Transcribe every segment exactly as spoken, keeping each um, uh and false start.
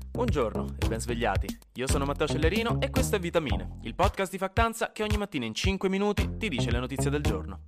Buongiorno e ben svegliati. Io sono Matteo Cellerino e questo è Vitamine, il podcast di Factanza che ogni mattina in cinque minuti ti dice le notizie del giorno.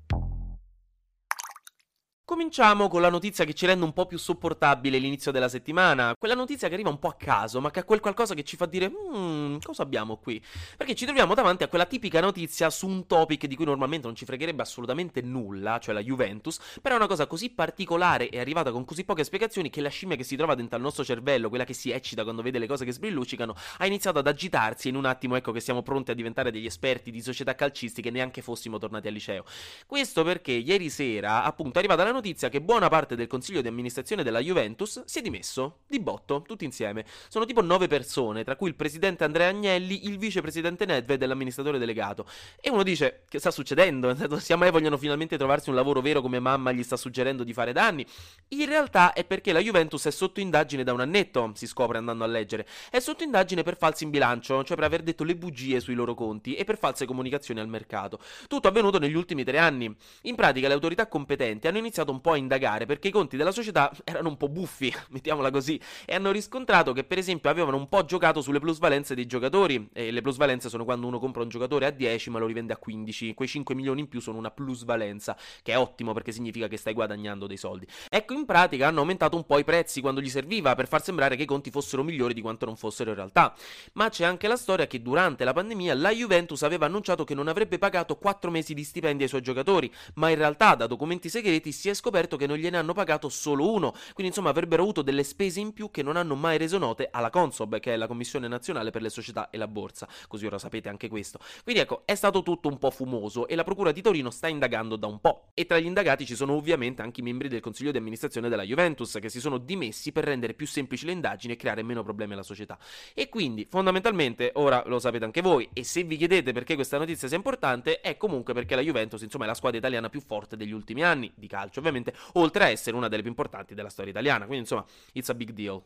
Cominciamo con la notizia che ci rende un po' più sopportabile l'inizio della settimana, quella notizia che arriva un po' a caso, ma che ha quel qualcosa che ci fa dire mmm, cosa abbiamo qui? Perché ci troviamo davanti a quella tipica notizia su un topic di cui normalmente non ci fregherebbe assolutamente nulla, cioè la Juventus, però è una cosa così particolare e arrivata con così poche spiegazioni che la scimmia che si trova dentro al nostro cervello, quella che si eccita quando vede le cose che sbrilluccicano, ha iniziato ad agitarsi e in un attimo ecco che siamo pronti a diventare degli esperti di società calcistiche neanche fossimo tornati al liceo. Questo perché ieri sera appunto è arrivata la notizia che buona parte del consiglio di amministrazione della Juventus si è dimesso, di botto, tutti insieme. Sono tipo nove persone, tra cui il presidente Andrea Agnelli, il vicepresidente Nedved e l'amministratore delegato. E uno dice, che sta succedendo? Se mai vogliono finalmente trovarsi un lavoro vero come mamma gli sta suggerendo di fare da anni? In realtà è perché la Juventus è sotto indagine da un annetto, si scopre andando a leggere. È sotto indagine per falsi in bilancio, cioè per aver detto le bugie sui loro conti e per false comunicazioni al mercato. Tutto avvenuto negli ultimi tre anni. In pratica le autorità competenti hanno iniziato un po' a indagare perché i conti della società erano un po' buffi, mettiamola così, e hanno riscontrato che per esempio avevano un po' giocato sulle plusvalenze dei giocatori, e le plusvalenze sono quando uno compra un giocatore a dieci ma lo rivende a quindici, quei cinque milioni in più sono una plusvalenza, che è ottimo perché significa che stai guadagnando dei soldi. Ecco, in pratica hanno aumentato un po' i prezzi quando gli serviva per far sembrare che i conti fossero migliori di quanto non fossero in realtà. Ma c'è anche la storia che durante la pandemia la Juventus aveva annunciato che non avrebbe pagato quattro mesi di stipendi ai suoi giocatori, ma in realtà da documenti segreti si è scoperto che non gliene hanno pagato solo uno, quindi insomma avrebbero avuto delle spese in più che non hanno mai reso note alla Consob, che è la Commissione Nazionale per le Società e la Borsa, così ora sapete anche questo. Quindi ecco, è stato tutto un po' fumoso e la Procura di Torino sta indagando da un po'. E tra gli indagati ci sono ovviamente anche i membri del Consiglio di amministrazione della Juventus, che si sono dimessi per rendere più semplici le indagini e creare meno problemi alla società. E quindi, fondamentalmente, ora lo sapete anche voi, e se vi chiedete perché questa notizia sia importante, è comunque perché la Juventus, insomma, è la squadra italiana più forte degli ultimi anni, di calcio ovviamente, oltre a essere una delle più importanti della storia italiana, quindi insomma, it's a big deal.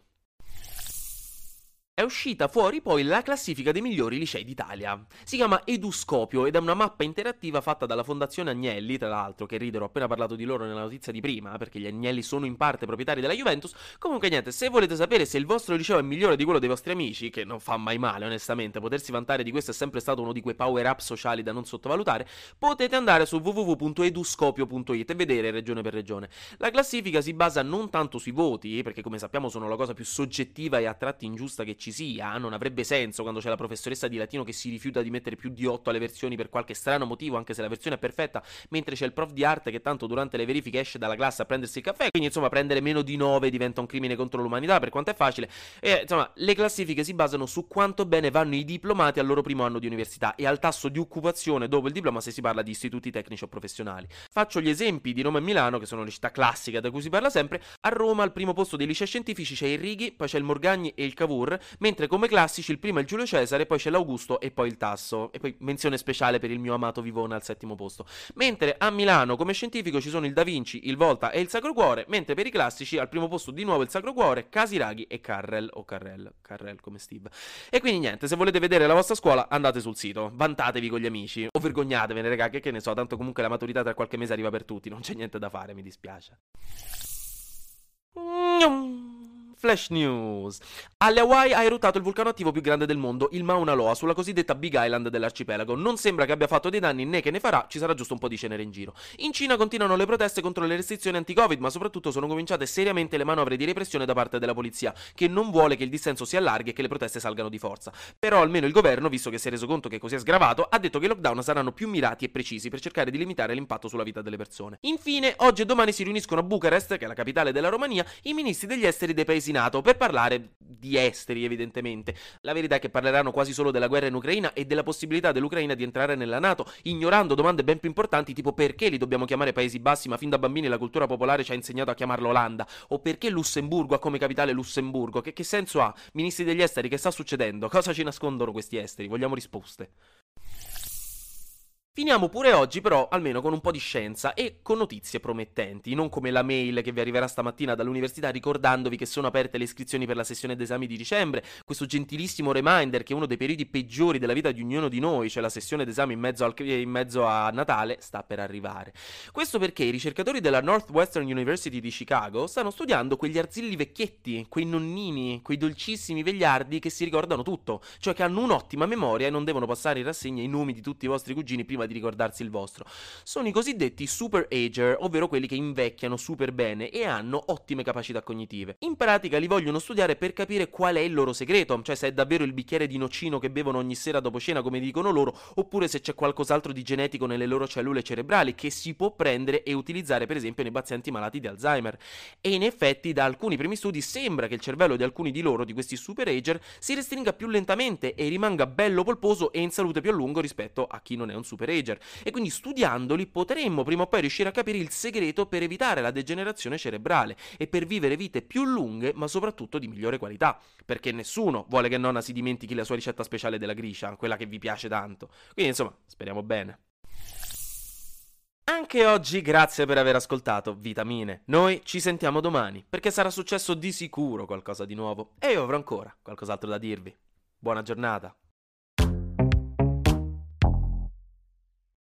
È uscita fuori poi la classifica dei migliori licei d'Italia. Si chiama Eduscopio ed è una mappa interattiva fatta dalla Fondazione Agnelli, tra l'altro, che ridero, ho appena parlato di loro nella notizia di prima, perché gli Agnelli sono in parte proprietari della Juventus. Comunque niente, se volete sapere se il vostro liceo è migliore di quello dei vostri amici, che non fa mai male onestamente, potersi vantare di questo è sempre stato uno di quei power up sociali da non sottovalutare, potete andare su w w w punto eduscopio punto i t e vedere regione per regione. La classifica si basa non tanto sui voti, perché come sappiamo sono la cosa più soggettiva e a tratti ingiusta che ci sia, non avrebbe senso quando c'è la professoressa di latino che si rifiuta di mettere più di otto alle versioni per qualche strano motivo, anche se la versione è perfetta, mentre c'è il prof di arte che tanto durante le verifiche esce dalla classe a prendersi il caffè, quindi insomma prendere meno di nove diventa un crimine contro l'umanità, per quanto è facile. E insomma le classifiche si basano su quanto bene vanno i diplomati al loro primo anno di università e al tasso di occupazione dopo il diploma se si parla di istituti tecnici o professionali. Faccio gli esempi di Roma e Milano, che sono le città classiche da cui si parla sempre. A Roma al primo posto dei licei scientifici c'è il Righi, poi c'è il Morgagni e il Cavour, mentre come classici il primo è il Giulio Cesare, poi c'è l'Augusto e poi il Tasso, e poi menzione speciale per il mio amato Vivona al settimo posto. Mentre a Milano come scientifico ci sono il Da Vinci, il Volta e il Sacro Cuore, mentre per i classici al primo posto di nuovo il Sacro Cuore, Casiraghi e Carrel o Carrel, Carrel come Steve. E quindi niente, se volete vedere la vostra scuola andate sul sito, vantatevi con gli amici o vergognatevene raga, che, che ne so, tanto comunque la maturità tra qualche mese arriva per tutti, non c'è niente da fare, mi dispiace. Flash News. Alle Hawaii ha eruttato il vulcano attivo più grande del mondo, il Mauna Loa, sulla cosiddetta Big Island dell'arcipelago. Non sembra che abbia fatto dei danni né che ne farà, ci sarà giusto un po' di cenere in giro. In Cina continuano le proteste contro le restrizioni anti-Covid, ma soprattutto sono cominciate seriamente le manovre di repressione da parte della polizia, che non vuole che il dissenso si allarghi e che le proteste salgano di forza. Però almeno il governo, visto che si è reso conto che così è sgravato, ha detto che i lockdown saranno più mirati e precisi per cercare di limitare l'impatto sulla vita delle persone. Infine, oggi e domani si riuniscono a Bucarest, che è la capitale della Romania, i ministri degli esteri dei paesi NATO per parlare di esteri evidentemente. La verità è che parleranno quasi solo della guerra in Ucraina e della possibilità dell'Ucraina di entrare nella NATO, ignorando domande ben più importanti tipo perché li dobbiamo chiamare Paesi Bassi ma fin da bambini la cultura popolare ci ha insegnato a chiamarlo Olanda, o perché Lussemburgo ha come capitale Lussemburgo. Che, che senso ha? Ministri degli esteri, che sta succedendo? Cosa ci nascondono questi esteri? Vogliamo risposte. Finiamo pure oggi però almeno con un po' di scienza e con notizie promettenti, non come la mail che vi arriverà stamattina dall'università ricordandovi che sono aperte le iscrizioni per la sessione d'esami di dicembre, questo gentilissimo reminder che uno dei periodi peggiori della vita di ognuno di noi, cioè la sessione d'esami in mezzo, al, in mezzo a Natale, sta per arrivare. Questo perché i ricercatori della Northwestern University di Chicago stanno studiando quegli arzilli vecchietti, quei nonnini, quei dolcissimi vegliardi che si ricordano tutto, cioè che hanno un'ottima memoria e non devono passare in rassegna i nomi di tutti i vostri cugini prima di ricordarsi il vostro. Sono i cosiddetti super ager, ovvero quelli che invecchiano super bene e hanno ottime capacità cognitive. In pratica li vogliono studiare per capire qual è il loro segreto, cioè se è davvero il bicchiere di nocino che bevono ogni sera dopo cena come dicono loro, oppure se c'è qualcos'altro di genetico nelle loro cellule cerebrali che si può prendere e utilizzare per esempio nei pazienti malati di Alzheimer. E in effetti da alcuni primi studi sembra che il cervello di alcuni di loro, di questi super ager, si restringa più lentamente e rimanga bello polposo e in salute più a lungo rispetto a chi non è un super ager. E quindi studiandoli potremmo prima o poi riuscire a capire il segreto per evitare la degenerazione cerebrale e per vivere vite più lunghe ma soprattutto di migliore qualità, perché nessuno vuole che nonna si dimentichi la sua ricetta speciale della griscia, quella che vi piace tanto. Quindi insomma, speriamo bene. Anche oggi grazie per aver ascoltato Vitamine. Noi ci sentiamo domani, perché sarà successo di sicuro qualcosa di nuovo e io avrò ancora qualcos'altro da dirvi. Buona giornata.